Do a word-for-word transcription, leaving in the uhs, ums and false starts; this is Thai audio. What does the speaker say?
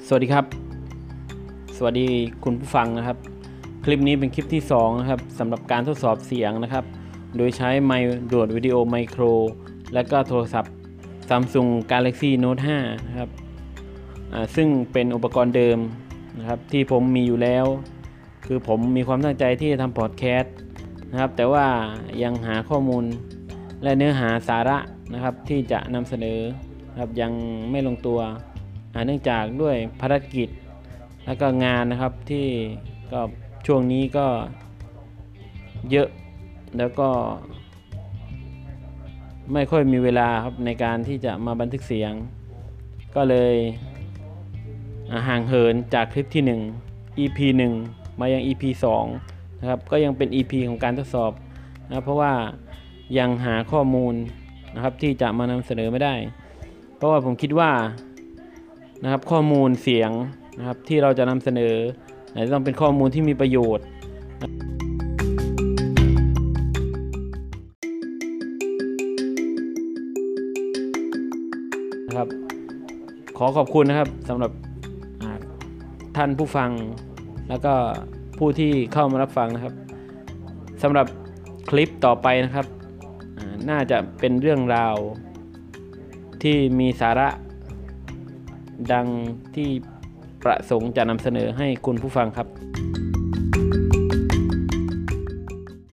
สวัสดีครับสวัสดีคุณผู้ฟังนะครับคลิปนี้เป็นคลิปที่สองนะครับสำหรับการทดสอบเสียงนะครับโดยใช้ไมค์โดดวิดีโอไมโครและก็โทรศัพท์ Samsung Galaxy Note ห้านะครับซึ่งเป็นอุปกรณ์เดิมนะครับที่ผมมีอยู่แล้วคือผมมีความตั้งใจที่จะทำพอดแคสต์นะครับแต่ว่ายังหาข้อมูลและเนื้อหาสาระนะครับที่จะนำเสนอนะครับยังไม่ลงตัวเนื่องจากด้วยภารกิจและก็งานนะครับที่ก็ช่วงนี้ก็เยอะแล้วก็ไม่ค่อยมีเวลาครับในการที่จะมาบันทึกเสียงก็เลยห่างเหินจากคลิปที่หนึ่ง อี พี หนึ่งมายัง อี พี สองนะครับก็ยังเป็น อี พี ของการทดสอบนะเพราะว่ายังหาข้อมูลนะครับที่จะมานำเสนอไม่ได้เพราะว่าผมคิดว่านะครับข้อมูลเสียงนะครับที่เราจะนำเสนอต้องเป็นข้อมูลที่มีประโยชน์นะครับขอขอบคุณนะครับสำหรับท่านผู้ฟังแล้วก็ผู้ที่เข้ามารับฟังนะครับสำหรับคลิปต่อไปนะครับน่าจะเป็นเรื่องราวที่มีสาระดังที่ประสงค์จะนำเสนอให้คุณผู้ฟังครับ